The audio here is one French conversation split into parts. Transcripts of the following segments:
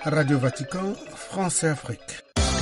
Radio Vatican, France et Afrique.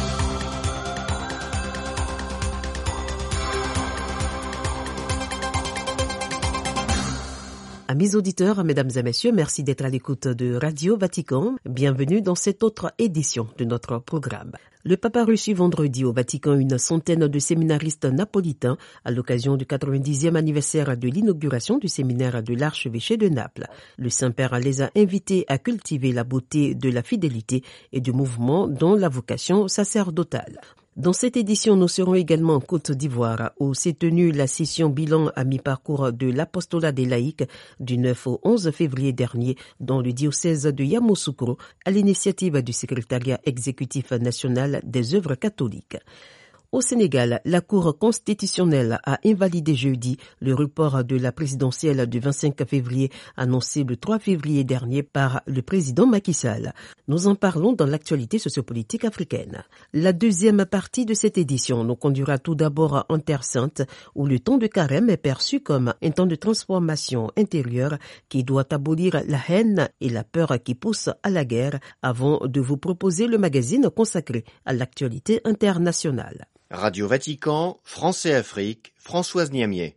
Amis auditeurs, mesdames et messieurs, merci d'être à l'écoute de Radio Vatican. Bienvenue dans cette autre édition de notre programme. Le Papa a reçu vendredi au Vatican une centaine de séminaristes napolitains à l'occasion du 90e anniversaire de l'inauguration du séminaire de l'archevêché de Naples. Le Saint-Père les a invités à cultiver la beauté de la fidélité et du mouvement dans la vocation sacerdotale. Dans cette édition, nous serons également en Côte d'Ivoire, où s'est tenue la session bilan à mi-parcours de l'apostolat des laïcs du 9 au 11 février dernier dans le diocèse de Yamoussoukro, à l'initiative du secrétariat exécutif national des œuvres catholiques. Au Sénégal, la Cour constitutionnelle a invalidé jeudi le report de la présidentielle du 25 février annoncé le 3 février dernier par le président Macky Sall. Nous en parlons dans l'actualité sociopolitique africaine. La deuxième partie de cette édition nous conduira tout d'abord en Terre Sainte, où le temps de carême est perçu comme un temps de transformation intérieure qui doit abolir la haine et la peur qui poussent à la guerre, avant de vous proposer le magazine consacré à l'actualité internationale. Radio Vatican, France et Afrique, Françoise Niamier.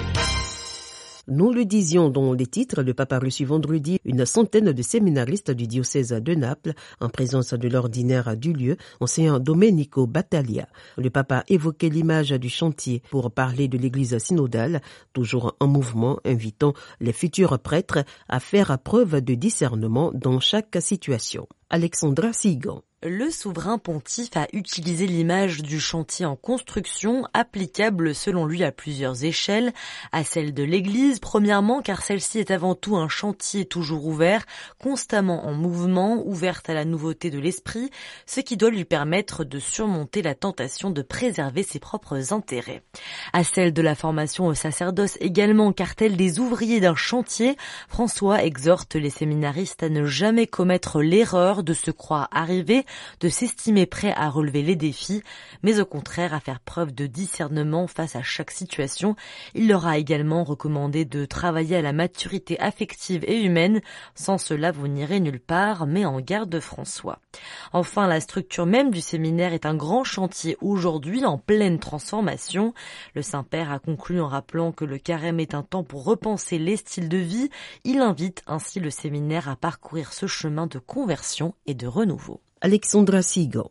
Nous le disions dans les titres, le Papa a reçu vendredi une centaine de séminaristes du diocèse de Naples en présence de l'ordinaire du lieu, enseignant Domenico Battaglia. Le Papa a évoqué l'image du chantier pour parler de l'église synodale, toujours en mouvement, invitant les futurs prêtres à faire preuve de discernement dans chaque situation. Alexandra Sigan. Le souverain pontife a utilisé l'image du chantier en construction, applicable selon lui à plusieurs échelles, à celle de l'Église, premièrement car celle-ci est avant tout un chantier toujours ouvert, constamment en mouvement, ouverte à la nouveauté de l'esprit, ce qui doit lui permettre de surmonter la tentation de préserver ses propres intérêts. À celle de la formation au sacerdoce également, car tels des ouvriers d'un chantier, François exhorte les séminaristes à ne jamais commettre l'erreur de se croire arrivés, de s'estimer prêt à relever les défis, mais au contraire à faire preuve de discernement face à chaque situation. Il leur a également recommandé de travailler à la maturité affective et humaine. Sans cela, vous n'irez nulle part, mais en garde François. Enfin, la structure même du séminaire est un grand chantier aujourd'hui en pleine transformation. Le Saint-Père a conclu en rappelant que le carême est un temps pour repenser les styles de vie. Il invite ainsi le séminaire à parcourir ce chemin de conversion et de renouveau. Alexandra Sigan.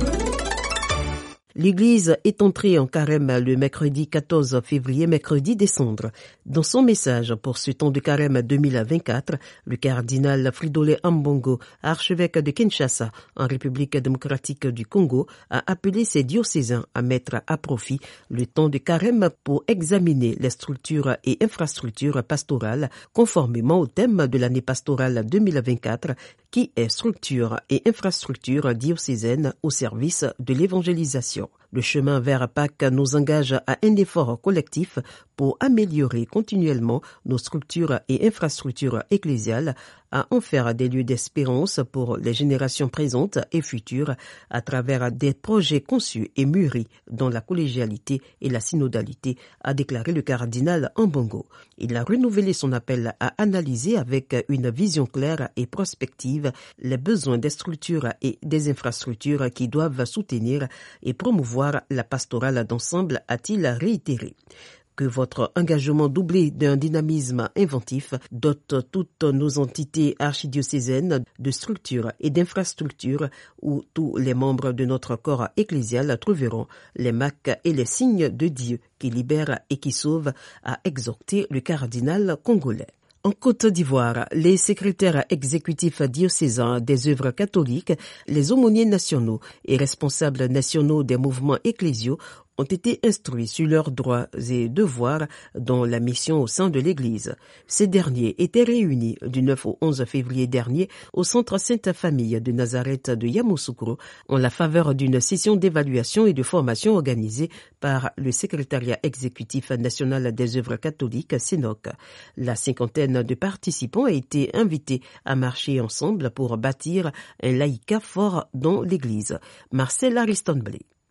L'Église est entrée en carême le mercredi 14 février, mercredi des Cendres. Dans son message pour ce temps de carême 2024, le cardinal Fridolin Ambongo, archevêque de Kinshasa, en République démocratique du Congo, a appelé ses diocésains à mettre à profit le temps de carême pour examiner les structures et infrastructures pastorales conformément au thème de l'année pastorale 2024, qui est structure et infrastructure diocésaine au service de l'évangélisation. Le chemin vers Pâques nous engage à un effort collectif pour améliorer continuellement nos structures et infrastructures ecclésiales, à en faire des lieux d'espérance pour les générations présentes et futures à travers des projets conçus et mûris dans la collégialité et la synodalité, a déclaré le cardinal Ambongo. Il a renouvelé son appel à analyser avec une vision claire et prospective les besoins des structures et des infrastructures qui doivent soutenir et promouvoir la pastorale d'ensemble, a-t-il réitéré. Que votre engagement doublé d'un dynamisme inventif dote toutes nos entités archidiocésaines de structures et d'infrastructures où tous les membres de notre corps ecclésial trouveront les marques et les signes de Dieu qui libère et qui sauve, a exhorté le cardinal congolais. En Côte d'Ivoire, les secrétaires exécutifs diocésains des œuvres catholiques, les aumôniers nationaux et responsables nationaux des mouvements ecclésiaux ont été instruits sur leurs droits et devoirs dans la mission au sein de l'Église. Ces derniers étaient réunis du 9 au 11 février dernier au Centre Sainte-Famille de Nazareth de Yamoussoukro en la faveur d'une session d'évaluation et de formation organisée par le secrétariat exécutif national des œuvres catholiques, SENOC. La cinquantaine de participants a été invités à marcher ensemble pour bâtir un laïcat fort dans l'Église. Marcel Ariston-Blé.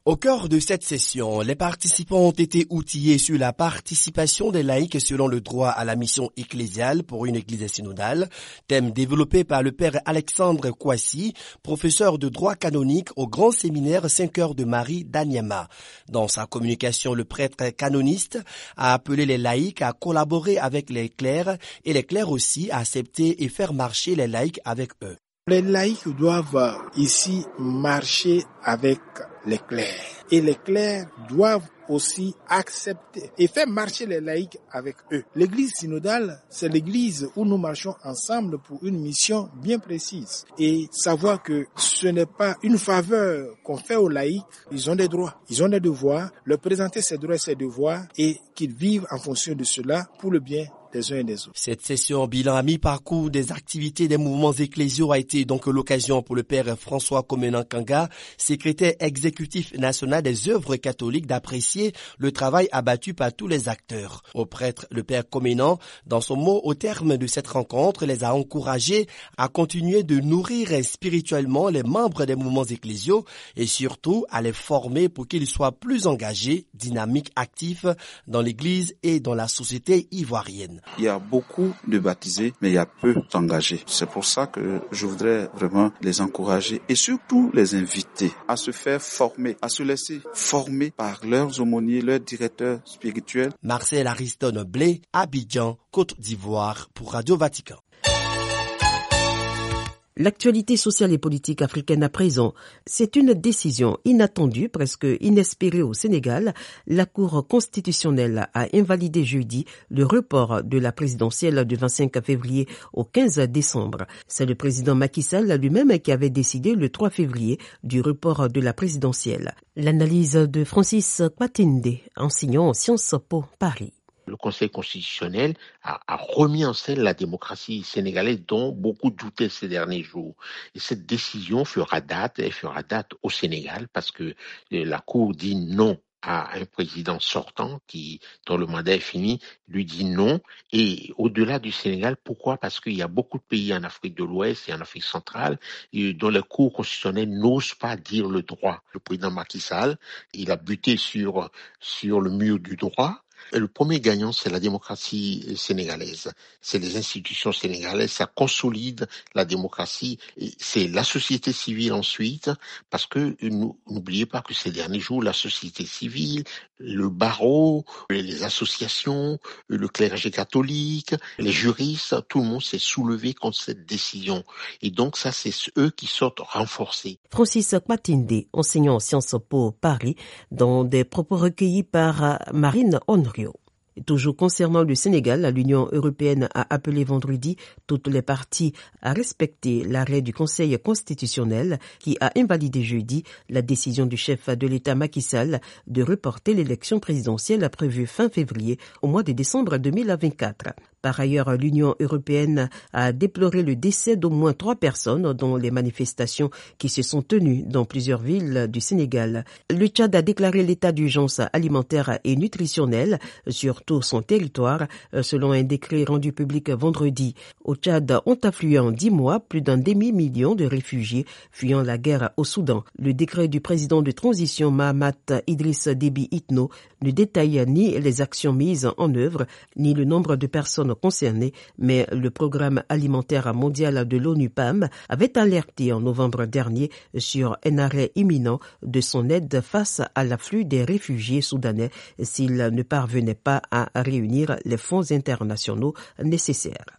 Au cœur de cette session, les participants ont été outillés sur la participation des laïcs selon le droit à la mission ecclésiale pour une église synodale, thème développé par le père Alexandre Kouassi, professeur de droit canonique au grand séminaire 5 Heures de Marie d'Anyama. Dans sa communication, le prêtre canoniste a appelé les laïcs à collaborer avec les clercs et les clercs aussi à accepter et faire marcher les laïcs avec eux. Les laïcs doivent ici marcher avec les clercs. Et les clercs doivent aussi accepter et faire marcher les laïcs avec eux. L'église synodale, c'est l'église où nous marchons ensemble pour une mission bien précise. Et savoir que ce n'est pas une faveur qu'on fait aux laïcs, ils ont des droits, ils ont des devoirs, leur présenter ces droits et ces devoirs et qu'ils vivent en fonction de cela pour le bien des uns et des autres. Cette session bilan à mi-parcours des activités des mouvements ecclésiaux a été donc l'occasion pour le père François Comenan-Kanga, secrétaire exécutif national des œuvres catholiques, d'apprécier le travail abattu par tous les acteurs. Au prêtre, le père Comenan, dans son mot au terme de cette rencontre, les a encouragés à continuer de nourrir spirituellement les membres des mouvements ecclésiaux et surtout à les former pour qu'ils soient plus engagés, dynamiques, actifs dans l'église et dans la société ivoirienne. Il y a beaucoup de baptisés, mais il y a peu d'engagés. C'est pour ça que je voudrais vraiment les encourager et surtout les inviter à se faire former, à se laisser former par leurs aumôniers, leurs directeurs spirituels. Marcel Ariston Blé, Abidjan, Côte d'Ivoire, pour Radio Vatican. L'actualité sociale et politique africaine à présent, c'est une décision inattendue, presque inespérée au Sénégal. La Cour constitutionnelle a invalidé jeudi le report de la présidentielle du 25 février au 15 décembre. C'est le président Macky Sall lui-même qui avait décidé le 3 février du report de la présidentielle. L'analyse de Francis Kwatinde, enseignant en Sciences Po Paris. Le Conseil constitutionnel a remis en scène la démocratie sénégalaise dont beaucoup doutaient ces derniers jours. Et cette décision fera date au Sénégal parce que la Cour dit non à un président sortant dont le mandat est fini, lui dit non. Et au-delà du Sénégal, pourquoi? Parce qu'il y a beaucoup de pays en Afrique de l'Ouest et en Afrique centrale dont les cours constitutionnels n'osent pas dire le droit. Le président Macky Sall, il a buté sur le mur du droit. Et le premier gagnant, c'est la démocratie sénégalaise. C'est les institutions sénégalaises, ça consolide la démocratie. Et c'est la société civile ensuite, parce que n'oubliez pas que ces derniers jours, la société civile, le barreau, les associations, le clergé catholique, les juristes, tout le monde s'est soulevé contre cette décision. Et donc ça, c'est eux qui sortent renforcés. Francis Kwatinde, enseignant en Sciences Po Paris, dans des propos recueillis par Marine Onrio. Toujours concernant le Sénégal, l'Union européenne a appelé vendredi toutes les parties à respecter l'arrêt du Conseil constitutionnel qui a invalidé jeudi la décision du chef de l'État Macky Sall de reporter l'élection présidentielle prévue fin février au mois de décembre 2024. Par ailleurs, l'Union européenne a déploré le décès d'au moins 3 personnes dans les manifestations qui se sont tenues dans plusieurs villes du Sénégal. Le Tchad a déclaré l'état d'urgence alimentaire et nutritionnel sur tout son territoire, selon un décret rendu public vendredi. Au Tchad ont afflué en 10 mois plus d'un demi-million de réfugiés fuyant la guerre au Soudan. Le décret du président de transition Mahamat Idriss Déby Itno ne détaille ni les actions mises en œuvre, ni le nombre de personnes concernées, mais le programme alimentaire mondial de l'ONU PAM avait alerté en novembre dernier sur un arrêt imminent de son aide face à l'afflux des réfugiés soudanais s'il ne parvenait pas à réunir les fonds internationaux nécessaires.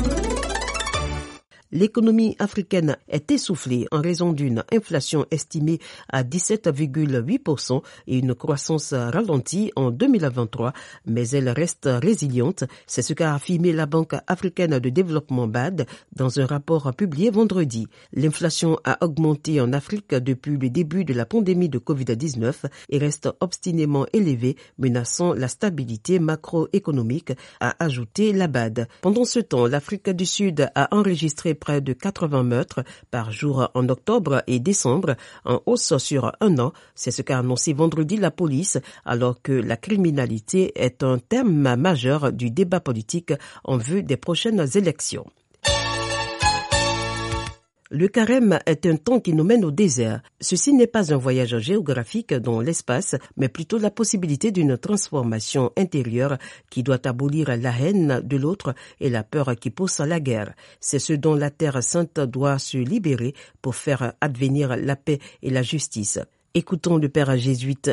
L'économie africaine est essoufflée en raison d'une inflation estimée à 17,8% et une croissance ralentie en 2023, mais elle reste résiliente. C'est ce qu'a affirmé la Banque africaine de développement BAD dans un rapport publié vendredi. L'inflation a augmenté en Afrique depuis le début de la pandémie de Covid-19 et reste obstinément élevée, menaçant la stabilité macroéconomique, a ajouté la BAD. Pendant ce temps, l'Afrique du Sud a enregistré près de 80 meurtres par jour en octobre et décembre, en hausse sur un an. C'est ce qu'a annoncé vendredi la police, alors que la criminalité est un thème majeur du débat politique en vue des prochaines élections. Le carême est un temps qui nous mène au désert. Ceci n'est pas un voyage géographique dans l'espace, mais plutôt la possibilité d'une transformation intérieure qui doit abolir la haine de l'autre et la peur qui pousse à la guerre. C'est ce dont la Terre sainte doit se libérer pour faire advenir la paix et la justice. Écoutons le père jésuite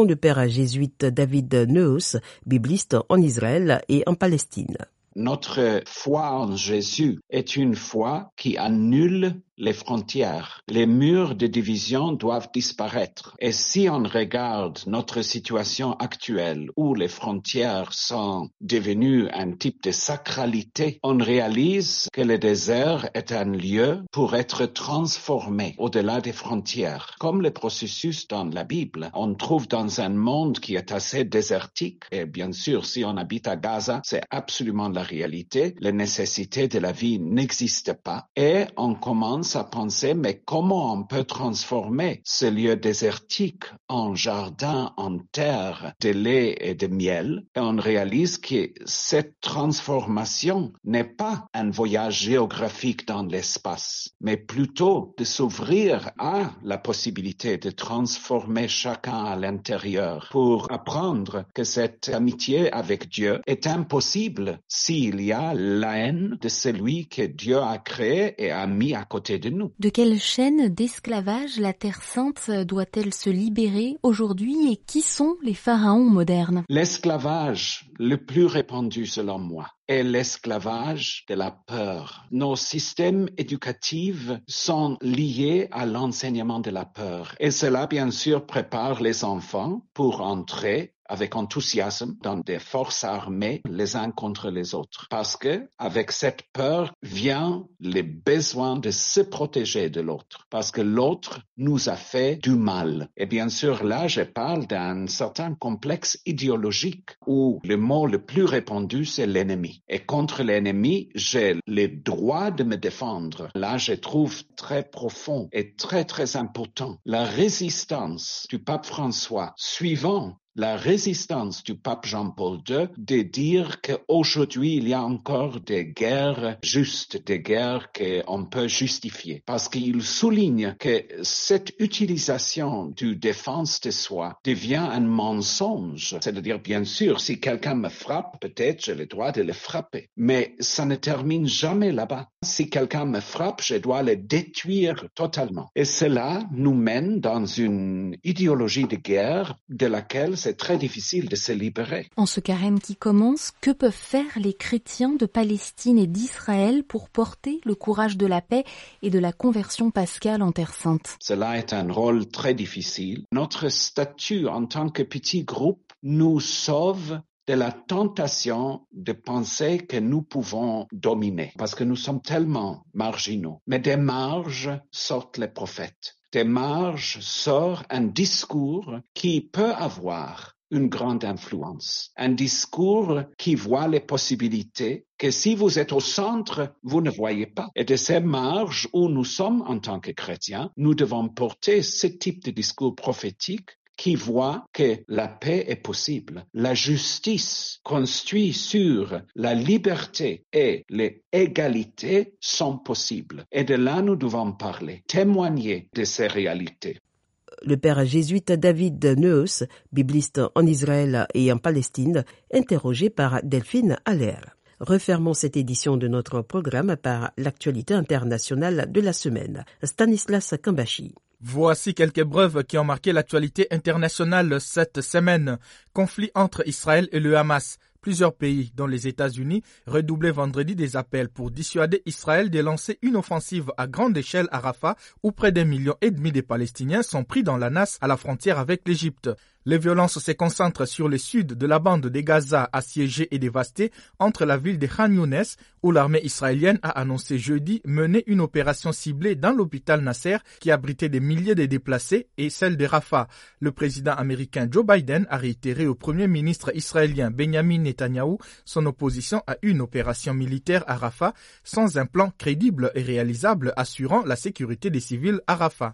David Neuhaus, bibliste en Israël et en Palestine. Notre foi en Jésus est une foi qui annule les frontières. Les murs de division doivent disparaître. Et si on regarde notre situation actuelle où les frontières sont devenues un type de sacralité, on réalise que le désert est un lieu pour être transformé au-delà des frontières. Comme le processus dans la Bible, on trouve dans un monde qui est assez désertique, et bien sûr, si on habite à Gaza, c'est absolument la réalité. Les nécessités de la vie n'existent pas. Et on commence à penser, mais comment on peut transformer ce lieu désertique en jardin, en terre de lait et de miel? Et on réalise que cette transformation n'est pas un voyage géographique dans l'espace, mais plutôt de s'ouvrir à la possibilité de transformer chacun à l'intérieur pour apprendre que cette amitié avec Dieu est impossible s'il y a la haine de celui que Dieu a créé et a mis à côté de nous. De quelle chaîne d'esclavage la Terre Sainte doit-elle se libérer aujourd'hui et qui sont les pharaons modernes? L'esclavage le plus répandu selon moi est l'esclavage de la peur. Nos systèmes éducatifs sont liés à l'enseignement de la peur et cela bien sûr prépare les enfants pour entrer avec enthousiasme dans des forces armées les uns contre les autres. Parce que avec cette peur vient le besoin de se protéger de l'autre. Parce que l'autre nous a fait du mal. Et bien sûr, là, je parle d'un certain complexe idéologique où le mot le plus répandu, c'est l'ennemi. Et contre l'ennemi, j'ai le droit de me défendre. Là, je trouve très profond et très, très important la résistance du pape François suivant la résistance du pape Jean-Paul II de dire qu'aujourd'hui, il y a encore des guerres justes, des guerres qu'on peut justifier. Parce qu'il souligne que cette utilisation du défense de soi devient un mensonge. C'est-à-dire, bien sûr, si quelqu'un me frappe, peut-être j'ai le droit de le frapper. Mais ça ne termine jamais là-bas. Si quelqu'un me frappe, je dois le détruire totalement. Et cela nous mène dans une idéologie de guerre de laquelle c'est très difficile de se libérer. En ce carême qui commence, que peuvent faire les chrétiens de Palestine et d'Israël pour porter le courage de la paix et de la conversion pascale en Terre Sainte? Cela est un rôle très difficile. Notre statut en tant que petit groupe nous sauve de la tentation de penser que nous pouvons dominer, parce que nous sommes tellement marginaux. Mais des marges sortent les prophètes. Des marges sort un discours qui peut avoir une grande influence. Un discours qui voit les possibilités que si vous êtes au centre, vous ne voyez pas. Et de ces marges où nous sommes en tant que chrétiens, nous devons porter ce type de discours prophétique qui voit que la paix est possible. La justice construite sur la liberté et l'égalité sont possibles. Et de là, nous devons parler, témoigner de ces réalités. Le père jésuite David Neuhaus, bibliste en Israël et en Palestine, interrogé par Delphine Allaire. Refermons cette édition de notre programme par l'actualité internationale de la semaine. Stanislas Kambashi. Voici quelques brèves qui ont marqué l'actualité internationale cette semaine. Conflit entre Israël et le Hamas. Plusieurs pays, dont les États-Unis, redoublaient vendredi des appels pour dissuader Israël de lancer une offensive à grande échelle à Rafah, où près d'1,5 million de Palestiniens sont pris dans la nasse à la frontière avec l'Égypte. Les violences se concentrent sur le sud de la bande de Gaza assiégée et dévastée entre la ville de Khan Younes, où l'armée israélienne a annoncé jeudi mener une opération ciblée dans l'hôpital Nasser qui abritait des milliers de déplacés et celle de Rafah. Le président américain Joe Biden a réitéré au premier ministre israélien Benjamin Netanyahou son opposition à une opération militaire à Rafah sans un plan crédible et réalisable assurant la sécurité des civils à Rafah.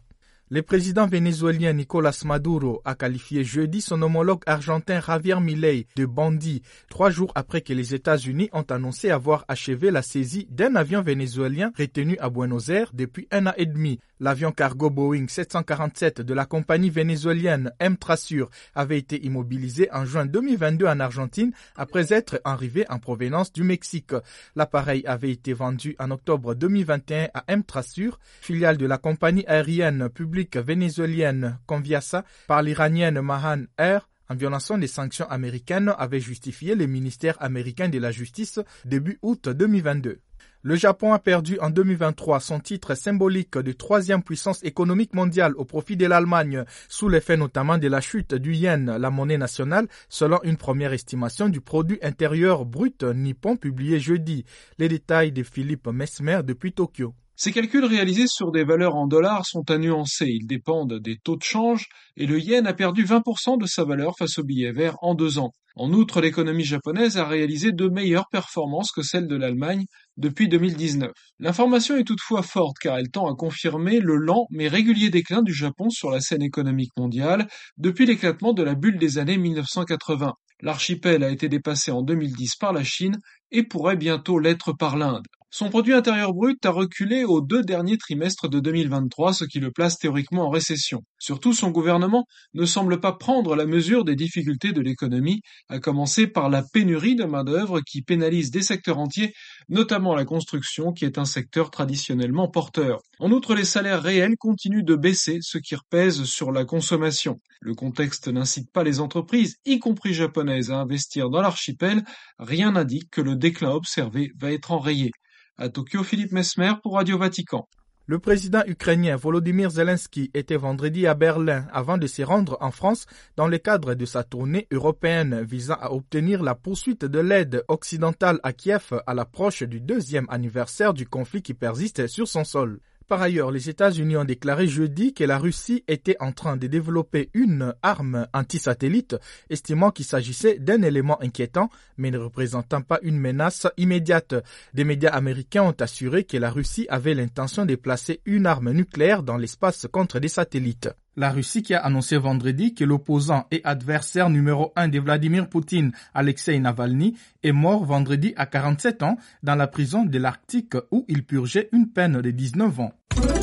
Le président vénézuélien Nicolás Maduro a qualifié jeudi son homologue argentin Javier Milei de bandit, 3 jours après que les États-Unis ont annoncé avoir achevé la saisie d'un avion vénézuélien retenu à Buenos Aires depuis 1 an et demi. L'avion cargo Boeing 747 de la compagnie vénézuélienne M-Trasure avait été immobilisé en juin 2022 en Argentine après être arrivé en provenance du Mexique. L'appareil avait été vendu en octobre 2021 à M-Trasure, filiale de la compagnie aérienne publique vénézuélienne Conviasa, par l'iranienne Mahan Air, en violation des sanctions américaines, avait justifié le ministère américain de la Justice début août 2022. Le Japon a perdu en 2023 son titre symbolique de 3e puissance économique mondiale au profit de l'Allemagne, sous l'effet notamment de la chute du yen, la monnaie nationale, selon une première estimation du produit intérieur brut nippon publiée jeudi. Les détails de Philippe Mesmer depuis Tokyo. Ces calculs réalisés sur des valeurs en dollars sont à nuancer. Ils dépendent des taux de change et le yen a perdu 20% de sa valeur face au billet vert en 2 ans. En outre, l'économie japonaise a réalisé de meilleures performances que celle de l'Allemagne depuis 2019. L'information est toutefois forte car elle tend à confirmer le lent mais régulier déclin du Japon sur la scène économique mondiale depuis l'éclatement de la bulle des années 1980. L'archipel a été dépassé en 2010 par la Chine et pourrait bientôt l'être par l'Inde. Son produit intérieur brut a reculé aux 2 derniers trimestres de 2023, ce qui le place théoriquement en récession. Surtout, son gouvernement ne semble pas prendre la mesure des difficultés de l'économie, à commencer par la pénurie de main-d'œuvre qui pénalise des secteurs entiers, notamment la construction, qui est un secteur traditionnellement porteur. En outre, les salaires réels continuent de baisser, ce qui repèse sur la consommation. Le contexte n'incite pas les entreprises, y compris japonaises, à investir dans l'archipel. Rien n'indique que le déclin observé va être enrayé. À Tokyo, Philippe Mesmer pour Radio Vatican. Le président ukrainien Volodymyr Zelensky était vendredi à Berlin avant de se rendre en France dans le cadre de sa tournée européenne visant à obtenir la poursuite de l'aide occidentale à Kiev à l'approche du 2e anniversaire du conflit qui persiste sur son sol. Par ailleurs, les États-Unis ont déclaré jeudi que la Russie était en train de développer une arme anti-satellite, estimant qu'il s'agissait d'un élément inquiétant, mais ne représentant pas une menace immédiate. Des médias américains ont assuré que la Russie avait l'intention de placer une arme nucléaire dans l'espace contre des satellites. La Russie qui a annoncé vendredi que l'opposant et adversaire numéro 1 de Vladimir Poutine, Alexei Navalny, est mort vendredi à 47 ans dans la prison de l'Arctique où il purgeait une peine de 19 ans.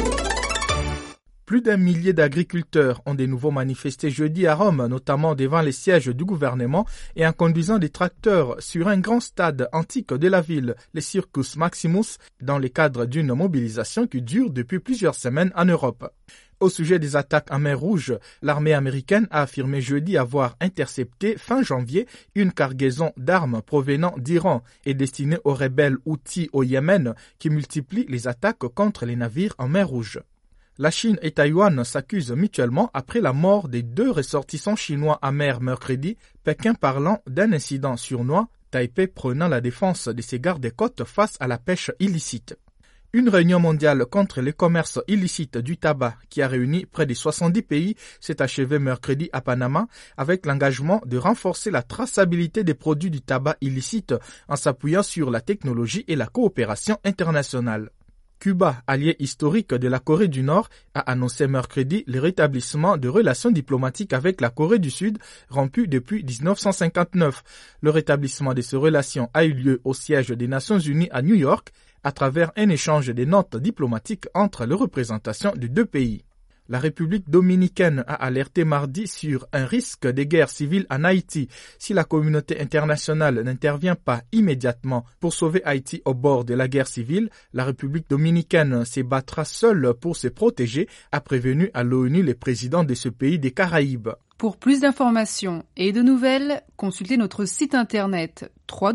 Plus d'1 millier d'agriculteurs ont de nouveau manifesté jeudi à Rome, notamment devant les sièges du gouvernement et en conduisant des tracteurs sur un grand stade antique de la ville, le Circus Maximus, dans le cadre d'une mobilisation qui dure depuis plusieurs semaines en Europe. Au sujet des attaques en mer Rouge, l'armée américaine a affirmé jeudi avoir intercepté fin janvier une cargaison d'armes provenant d'Iran et destinée aux rebelles Houthis au Yémen qui multiplient les attaques contre les navires en mer Rouge. La Chine et Taïwan s'accusent mutuellement après la mort des 2 ressortissants chinois en mer mercredi, Pékin parlant d'un incident sournois, Taipei prenant la défense de ses gardes-côtes face à la pêche illicite. Une réunion mondiale contre le commerce illicite du tabac qui a réuni près de 70 pays s'est achevée mercredi à Panama avec l'engagement de renforcer la traçabilité des produits du tabac illicite en s'appuyant sur la technologie et la coopération internationale. Cuba, allié historique de la Corée du Nord, a annoncé mercredi le rétablissement de relations diplomatiques avec la Corée du Sud, rompues depuis 1959. Le rétablissement de ces relations a eu lieu au siège des Nations Unies à New York, à travers un échange de notes diplomatiques entre les représentations des 2 pays. La République dominicaine a alerté mardi sur un risque de guerre civile en Haïti si la communauté internationale n'intervient pas immédiatement pour sauver Haïti au bord de la guerre civile. La République dominicaine se battra seule pour se protéger, a prévenu à l'ONU le président de ce pays des Caraïbes. Pour plus d'informations et de nouvelles, consultez notre site internet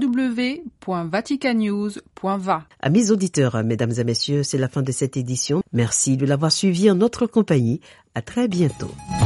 www.vaticanews.va. Amis auditeurs, mesdames et messieurs, c'est la fin de cette édition. Merci de l'avoir suivi en notre compagnie. À très bientôt.